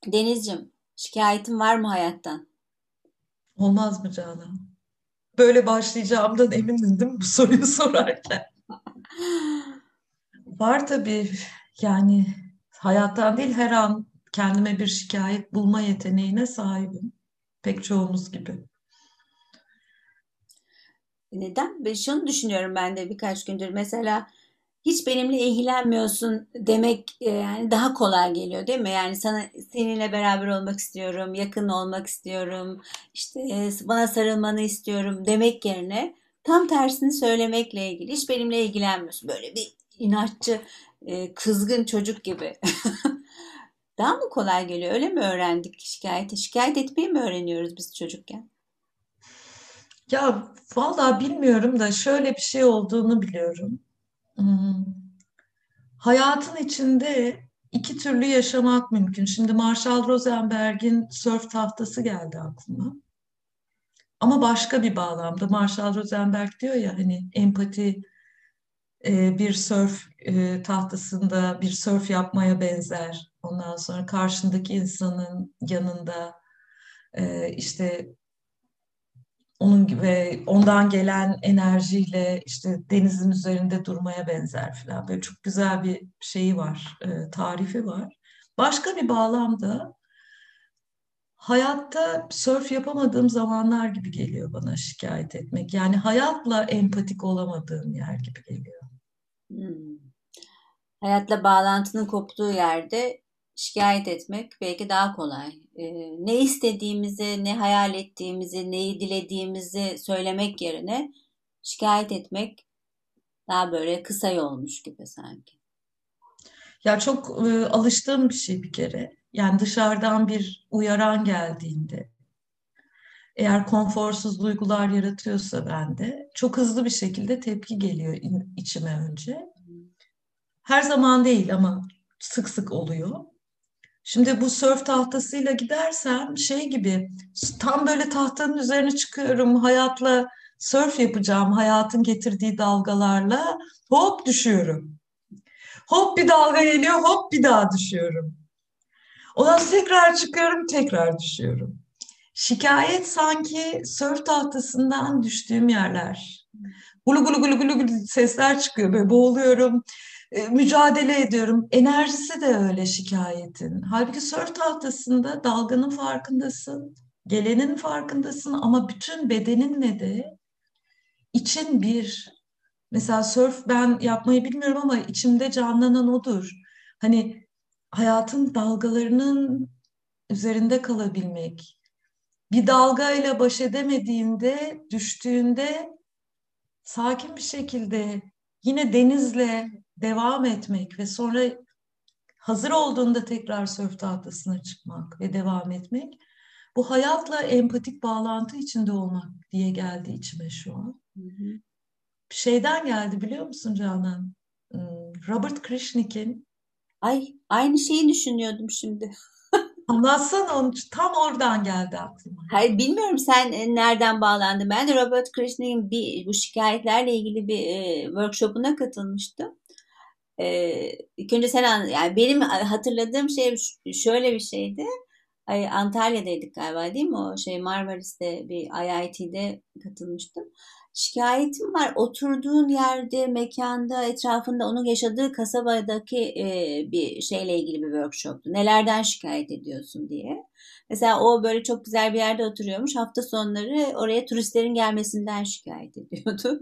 Denizciğim, şikayetin var mı hayattan? Olmaz mı Canan? Böyle başlayacağımdan emindin değil mi bu soruyu sorarken? Var tabii, yani hayattan değil, her an kendime bir şikayet bulma yeteneğine sahibim. Pek çoğumuz gibi. Neden? Şunu düşünüyorum ben de birkaç gündür. Mesela hiç benimle ilgilenmiyorsun demek yani daha kolay geliyor değil mi? Yani seninle beraber olmak istiyorum, yakın olmak istiyorum, işte bana sarılmanı istiyorum demek yerine tam tersini söylemekle ilgili. Hiç benimle ilgilenmiyorsun. Böyle bir inatçı, kızgın çocuk gibi. Daha mı kolay geliyor? Öyle mi öğrendik şikayeti? Şikayet etmeyi mi öğreniyoruz biz çocukken? Ya vallahi bilmiyorum da şöyle bir şey olduğunu biliyorum. Hmm, Hayatın içinde iki türlü yaşamak mümkün. Şimdi Marshall Rosenberg'in sörf tahtası geldi aklıma. Ama başka bir bağlamda. Marshall Rosenberg diyor ya, hani empati bir sörf tahtasında bir sörf yapmaya benzer. Ondan sonra karşındaki insanın yanında işte onun ve ondan gelen enerjiyle işte denizin üzerinde durmaya benzer falan. Böyle çok güzel bir şeyi var, tarifi var. Başka bir bağlamda hayatta sörf yapamadığım zamanlar gibi geliyor bana şikayet etmek. Yani hayatla empatik olamadığım yer gibi geliyor. Hmm. Hayatla bağlantının koptuğu yerde şikayet etmek belki daha kolay. Ne istediğimizi, ne hayal ettiğimizi, neyi dilediğimizi söylemek yerine şikayet etmek daha böyle kısa yolmuş gibi sanki. Ya çok alıştığım bir şey bir kere. Yani dışarıdan bir uyaran geldiğinde, eğer konforsuz duygular yaratıyorsa bende, çok hızlı bir şekilde tepki geliyor içime önce. Her zaman değil ama sık sık oluyor. Şimdi bu sörf tahtasıyla gidersem şey gibi, tam böyle tahtanın üzerine çıkıyorum, hayatla sörf yapacağım, hayatın getirdiği dalgalarla hop düşüyorum. Hop bir dalga geliyor, hop bir daha düşüyorum. Ondan sonra tekrar çıkıyorum, tekrar düşüyorum. Şikayet sanki sörf tahtasından düştüğüm yerler. Gulu gulu gulu gulu gulu sesler çıkıyor. Böyle boğuluyorum, mücadele ediyorum. Enerjisi de öyle şikayetin. Halbuki sörf tahtasında dalganın farkındasın, gelenin farkındasın ama bütün bedeninle de için bir. Mesela sörf ben yapmayı bilmiyorum ama içimde canlanan odur. Hani hayatın dalgalarının üzerinde kalabilmek. Bir dalgayla baş edemediğinde, düştüğünde sakin bir şekilde yine denizle devam etmek ve sonra hazır olduğunda tekrar sörf tahtasına çıkmak ve devam etmek. Bu hayatla empatik bağlantı içinde olmak diye geldi içime şu an. Hı hı. Şeyden geldi biliyor musun Canan? Robert Krishnik'in. Ay, aynı şeyi düşünüyordum şimdi. Anlatsana onu, tam oradan geldi aklıma. Hayır, bilmiyorum sen nereden bağlandın. Ben de Robert Krishna'nın bu şikayetlerle ilgili bir workshop'una katılmıştım. İlk önce yani benim hatırladığım şey şöyle bir şeydi. Ay, Antalya'daydık galiba değil mi? O şey Marmaris'te bir IIT'de katılmıştım. Şikayetim var. Oturduğun yerde, mekanda, etrafında onun yaşadığı kasabadaki bir şeyle ilgili bir workshoptu. Nelerden şikayet ediyorsun diye. Mesela o böyle çok güzel bir yerde oturuyormuş. Hafta sonları oraya turistlerin gelmesinden şikayet ediyordu.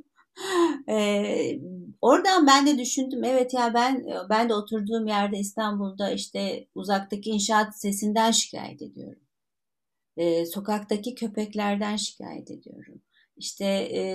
Ee, Oradan ben de düşündüm. Evet ya ben de oturduğum yerde İstanbul'da işte uzaktaki inşaat sesinden şikayet ediyorum. Sokaktaki köpeklerden şikayet ediyorum. İşte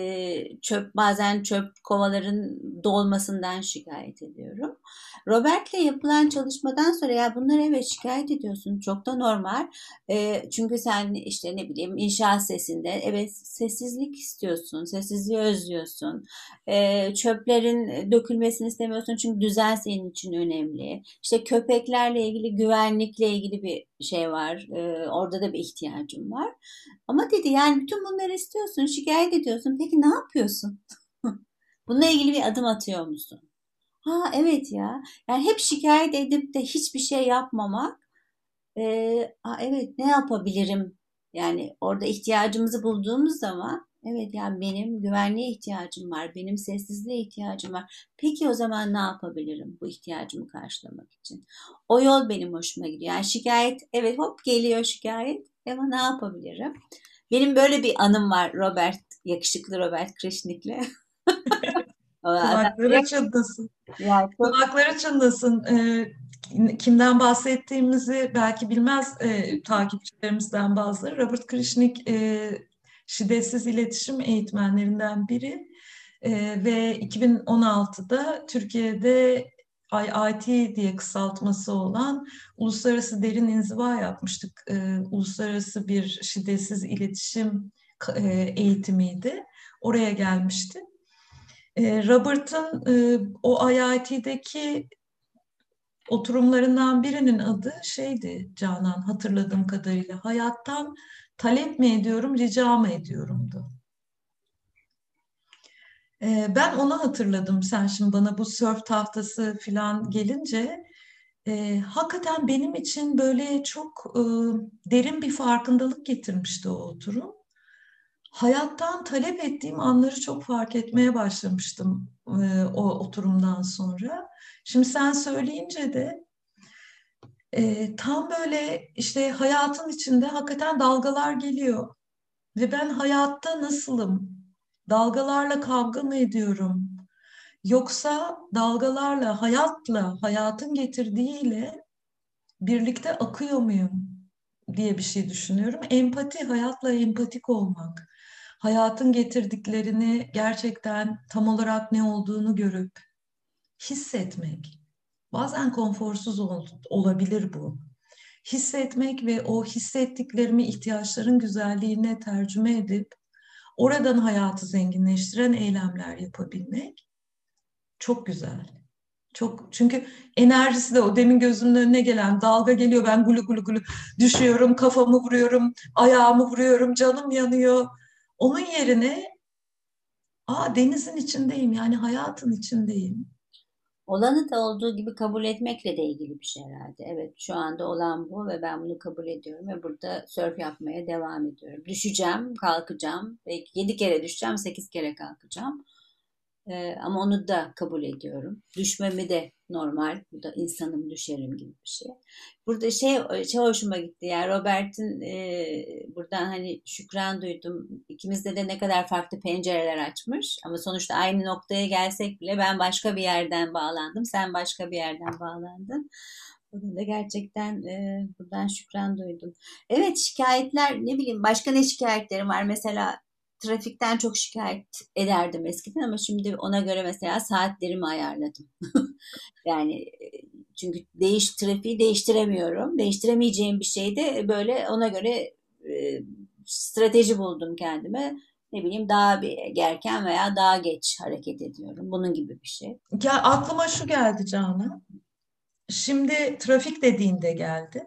bazen çöp kovaların dolmasından şikayet ediyorum. Robert'le yapılan çalışmadan sonra ya bunları evet şikayet ediyorsun. Çok da normal. Çünkü sen işte ne bileyim inşaat sesinde evet sessizlik istiyorsun. Sessizliği özlüyorsun. Çöplerin dökülmesini istemiyorsun çünkü düzen senin için önemli. İşte köpeklerle ilgili güvenlikle ilgili bir şey var. Orada da bir ihtiyacım var. Ama dedi yani bütün bunları istiyorsun, şikayet ediyorsun. Peki ne yapıyorsun? Bununla ilgili bir adım atıyor musun? Ha evet ya. Yani hep şikayet edip de hiçbir şey yapmamak Evet, ne yapabilirim? Yani orada ihtiyacımızı bulduğumuz zaman, evet, yani benim güvenliğe ihtiyacım var, benim sessizliğe ihtiyacım var. Peki o zaman ne yapabilirim bu ihtiyacımı karşılamak için? O yol benim hoşuma gidiyor. Yani şikayet, evet, hop geliyor şikayet, ama ne yapabilirim? Benim böyle bir anım var Robert, yakışıklı Robert Krishnik'le. O adam, Kulakları çınlasın. yani çok. Kulakları çınlasın. Kimden bahsettiğimizi belki bilmez takipçilerimizden bazıları. Robert Krishnik şiddetsiz iletişim eğitmenlerinden biri. Ve 2016'da Türkiye'de IIT diye kısaltması olan Uluslararası Derin İnziva yapmıştık. Uluslararası bir şiddetsiz iletişim eğitimiydi. Oraya gelmişti. Robert'ın o IIT'deki oturumlarından birinin adı şeydi, Canan, hatırladığım kadarıyla. Hayattan talep mi ediyorum, rica mı ediyorumdu. Ben onu hatırladım, sen şimdi bana bu sörf tahtası falan gelince. Hakikaten benim için böyle çok derin bir farkındalık getirmişti o oturum. Hayattan talep ettiğim anları çok fark etmeye başlamıştım o oturumdan sonra. Şimdi sen söyleyince de tam böyle işte hayatın içinde hakikaten dalgalar geliyor. Ve ben hayatta nasılım? Dalgalarla kavga mı ediyorum? Yoksa dalgalarla, hayatla, hayatın getirdiğiyle birlikte akıyor muyum diye bir şey düşünüyorum. Empati, hayatla empatik olmak. Hayatın getirdiklerini gerçekten tam olarak ne olduğunu görüp hissetmek. Bazen konforsuz olabilir bu. Hissetmek ve o hissettiklerimi ihtiyaçların güzelliğine tercüme edip oradan hayatı zenginleştiren eylemler yapabilmek çok güzel. Çok, çünkü enerjisi de o demin gözümün önüne gelen dalga geliyor, ben gulu gulu gulu düşüyorum, kafamı vuruyorum, ayağımı vuruyorum, canım yanıyor. Onun yerine denizin içindeyim, yani hayatın içindeyim. Olanı da olduğu gibi kabul etmekle de ilgili bir şey herhalde. Evet, şu anda olan bu ve ben bunu kabul ediyorum ve burada sörf yapmaya devam ediyorum. Düşeceğim, kalkacağım. Belki 7 kere düşeceğim, 8 kere kalkacağım. Ama onu da kabul ediyorum. Düşmemi de normal. Bu da insanım, düşerim gibi bir şey. Burada şey hoşuma gitti. Yani Robert'in buradan hani şükran duydum. İkimizde de ne kadar farklı pencereler açmış. Ama sonuçta aynı noktaya gelsek bile ben başka bir yerden bağlandım. Sen başka bir yerden bağlandın. Bugün de gerçekten buradan şükran duydum. Evet, şikayetler, ne bileyim, başka ne şikayetlerim var? Mesela trafikten çok şikayet ederdim eskiden ama şimdi ona göre mesela saatlerimi ayarladım. Yani çünkü trafiği değiştiremiyorum. Değiştiremeyeceğim bir şeyde böyle ona göre strateji buldum kendime. Ne bileyim, daha bir erken veya daha geç hareket ediyorum. Bunun gibi bir şey. Ya aklıma şu geldi Canan. Şimdi trafik dediğinde geldi.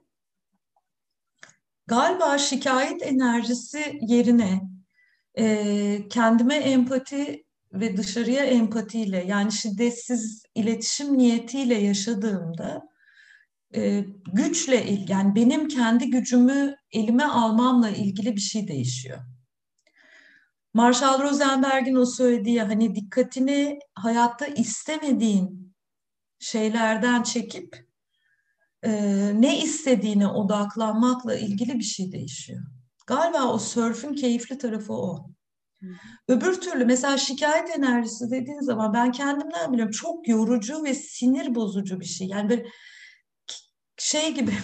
Galiba şikayet enerjisi yerine kendime empati ve dışarıya empatiyle, yani şiddetsiz iletişim niyetiyle yaşadığımda güçle yani benim kendi gücümü elime almamla ilgili bir şey değişiyor. Marshall Rosenberg'in o söylediği, hani dikkatini hayatta istemediğin şeylerden çekip e, ne istediğine odaklanmakla ilgili bir şey değişiyor. Galiba o sörfün keyifli tarafı o. Hı hı. Öbür türlü mesela şikayet enerjisi dediğin zaman ben kendimden biliyorum, çok yorucu ve sinir bozucu bir şey. Yani böyle şey gibi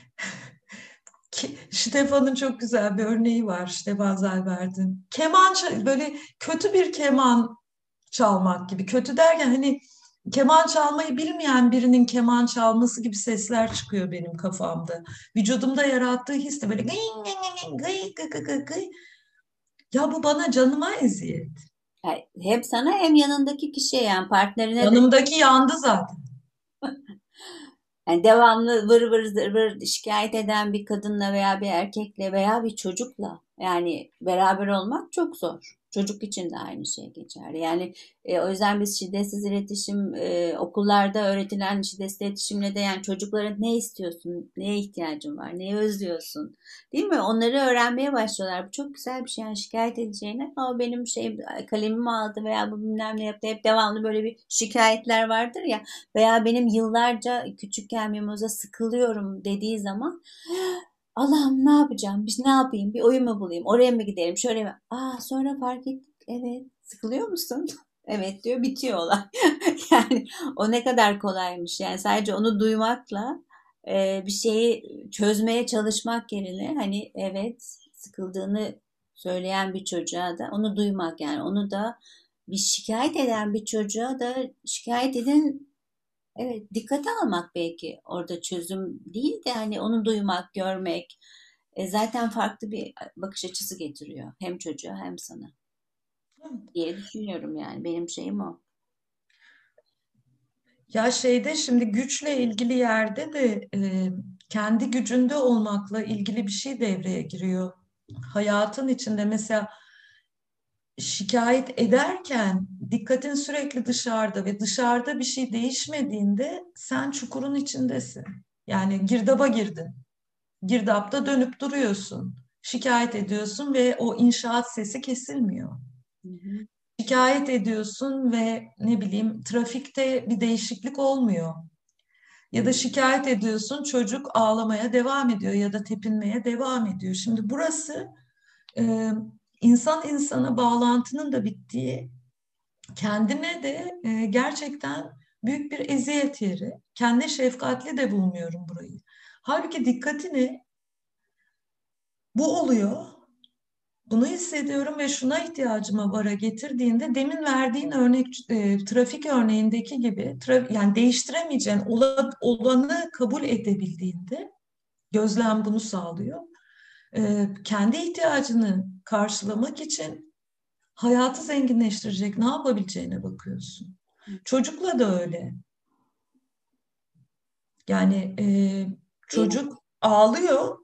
Stefan'ın çok güzel bir örneği var, Stefan Zalbert'in. Böyle kötü bir keman çalmak gibi. Kötü derken hani keman çalmayı bilmeyen birinin keman çalması gibi sesler çıkıyor benim kafamda. Vücudumda yarattığı his de böyle gıy gıy gıy gıy gıy gıy gıy gıy. Ya bu bana canıma eziyet. Yani hem sana hem yanındaki kişiye, yani partnerine de. Yanımdaki yandı zaten. Yani devamlı vır vır zır vır şikayet eden bir kadınla veya bir erkekle veya bir çocukla yani beraber olmak çok zor. Çocuk için de aynı şey geçerli. Yani o yüzden biz şiddetsiz iletişim, okullarda öğretilen şiddetsiz iletişimle de yani çocukların ne istiyorsun, neye ihtiyacın var, neyi özlüyorsun, değil mi? Onları öğrenmeye başlıyorlar. Bu çok güzel bir şey. Yani şikayet edeceğine, ama benim şey kalemimi aldı veya bu bilmem ne yaptı. Hep devamlı böyle bir şikayetler vardır ya. Veya benim yıllarca küçükken mimoza sıkılıyorum dediği zaman Allah'ım ne yapacağım? Ne yapayım? Bir oyun mu bulayım? Oraya mı gidelim? Şöyle mi? Sonra fark ettik. Evet. Sıkılıyor musun? Evet diyor. Bitiyor olay. Yani o ne kadar kolaymış. Yani sadece onu duymakla bir şeyi çözmeye çalışmak yerine hani evet sıkıldığını söyleyen bir çocuğa da onu duymak, yani onu da bir şikayet eden bir çocuğa da şikayet edin. Evet, dikkate almak belki orada çözüm değil de hani onu duymak, görmek zaten farklı bir bakış açısı getiriyor. Hem çocuğa hem sana diye düşünüyorum, yani benim şeyim o. Ya şeyde şimdi güçle ilgili yerde de kendi gücünde olmakla ilgili bir şey devreye giriyor. Hayatın içinde mesela şikayet ederken dikkatin sürekli dışarıda ve dışarıda bir şey değişmediğinde sen çukurun içindesin. Yani girdaba girdin. Girdapta dönüp duruyorsun. Şikayet ediyorsun ve o inşaat sesi kesilmiyor. Hı hı, Şikayet ediyorsun ve ne bileyim trafikte bir değişiklik olmuyor. Ya da şikayet ediyorsun, çocuk ağlamaya devam ediyor ya da tepinmeye devam ediyor. Şimdi burası e, insan insana bağlantının da bittiği, kendine de gerçekten büyük bir eziyet yeri. Kendine şefkatli de bulmuyorum burayı. Halbuki dikkatini bu oluyor. Bunu hissediyorum ve şuna ihtiyacıma vara getirdiğinde demin verdiğin örnek trafik örneğindeki gibi yani değiştiremeyeceğin olanı kabul edebildiğinde gözlem bunu sağlıyor. Kendi ihtiyacını karşılamak için hayatı zenginleştirecek ne yapabileceğine bakıyorsun. Çocukla da öyle. Yani değil mi? çocuk ağlıyor.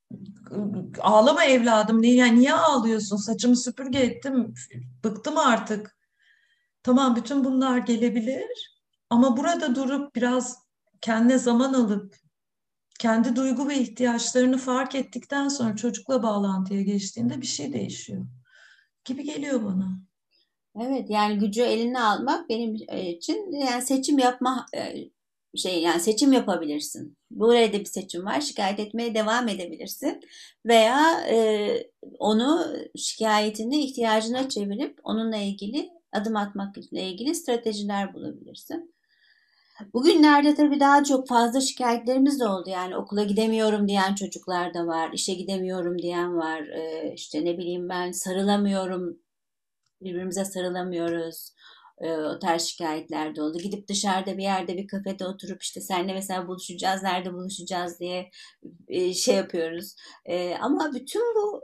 Ağlama evladım. Niye ağlıyorsun? Saçımı süpürge ettim. Bıktım artık. Tamam, bütün bunlar gelebilir. Ama burada durup biraz kendine zaman alıp kendi duygu ve ihtiyaçlarını fark ettikten sonra çocukla bağlantıya geçtiğinde bir şey değişiyor gibi geliyor bana. Evet, yani gücü eline almak benim için yani seçim yapma şey, yani seçim yapabilirsin. Burada bir seçim var. Şikayet etmeye devam edebilirsin veya onu şikayetini ihtiyacına çevirip onunla ilgili adım atmakla ilgili stratejiler bulabilirsin. Bugünlerde tabii daha çok fazla şikayetlerimiz de oldu. Yani okula gidemiyorum diyen çocuklar da var, işe gidemiyorum diyen var. İşte ne bileyim ben sarılamıyorum, birbirimize sarılamıyoruz. O tarz şikayetler de oldu. Gidip dışarıda bir yerde bir kafede oturup işte seninle mesela buluşacağız, nerede buluşacağız diye şey yapıyoruz. Ama bütün bu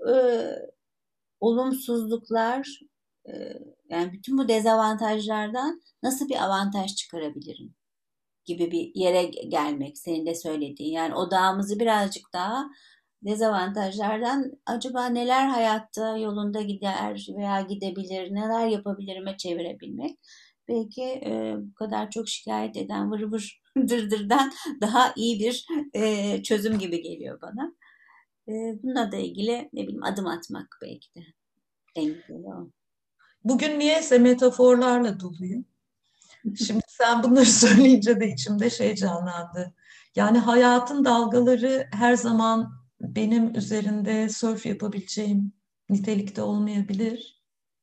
olumsuzluklar, e, yani bütün bu dezavantajlardan nasıl bir avantaj çıkarabilirim gibi bir yere gelmek, senin de söylediğin. Yani odağımızı birazcık daha dezavantajlardan acaba neler hayatta yolunda gider veya gidebilir, neler yapabilirime çevirebilmek. Belki bu kadar çok şikayet eden vır vır dırdırdan daha iyi bir çözüm gibi geliyor bana. Bununla da ilgili ne bileyim adım atmak belki de en güzeli o. Bugün niyeyse metaforlarla doluyum. Şimdi sen bunları söyleyince de içimde şey canlandı. Yani hayatın dalgaları her zaman benim üzerinde sörf yapabileceğim nitelikte olmayabilir.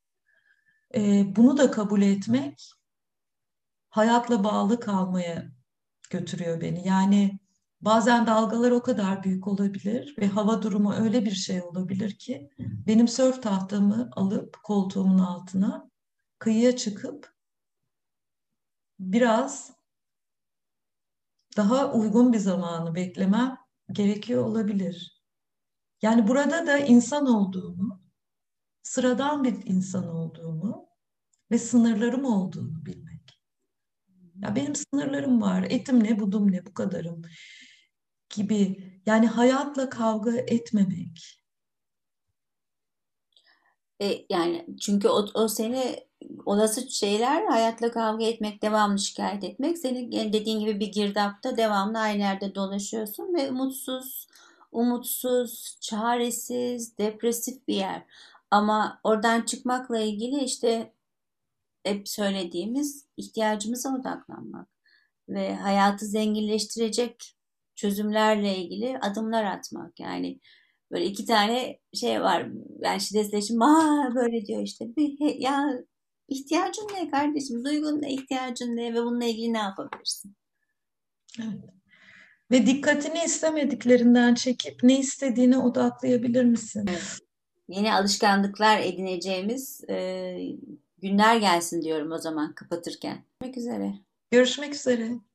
Bunu da kabul etmek hayatla bağlı kalmaya götürüyor beni. Yani bazen dalgalar o kadar büyük olabilir ve hava durumu öyle bir şey olabilir ki benim sörf tahtamı alıp koltuğumun altına kıyıya çıkıp biraz daha uygun bir zamanı beklemem gerekiyor olabilir. Yani burada da insan olduğumu, sıradan bir insan olduğumu ve sınırlarım olduğunu bilmek. Ya benim sınırlarım var, etim ne, budum ne, bu kadarım gibi. Yani hayatla kavga etmemek. Yani çünkü o seni, olası şeyler, hayatla kavga etmek, devamlı şikayet etmek, seni yani dediğin gibi bir girdapta devamlı aynı yerde dolaşıyorsun ve mutsuz, umutsuz, çaresiz, depresif bir yer. Ama oradan çıkmakla ilgili işte hep söylediğimiz ihtiyacımıza odaklanmak ve hayatı zenginleştirecek çözümlerle ilgili adımlar atmak. Yani böyle iki tane şey var. Yani şiddetleşim, böyle diyor işte. Ya ihtiyacın ne kardeşim? Duygun ne? İhtiyacın ne? Ve bununla ilgili ne yapabilirsin? Evet. Ve dikkatini istemediklerinden çekip ne istediğine odaklayabilir misin? Evet. Yeni alışkanlıklar edineceğimiz günler gelsin diyorum o zaman kapatırken. Görüşmek üzere. Görüşmek üzere.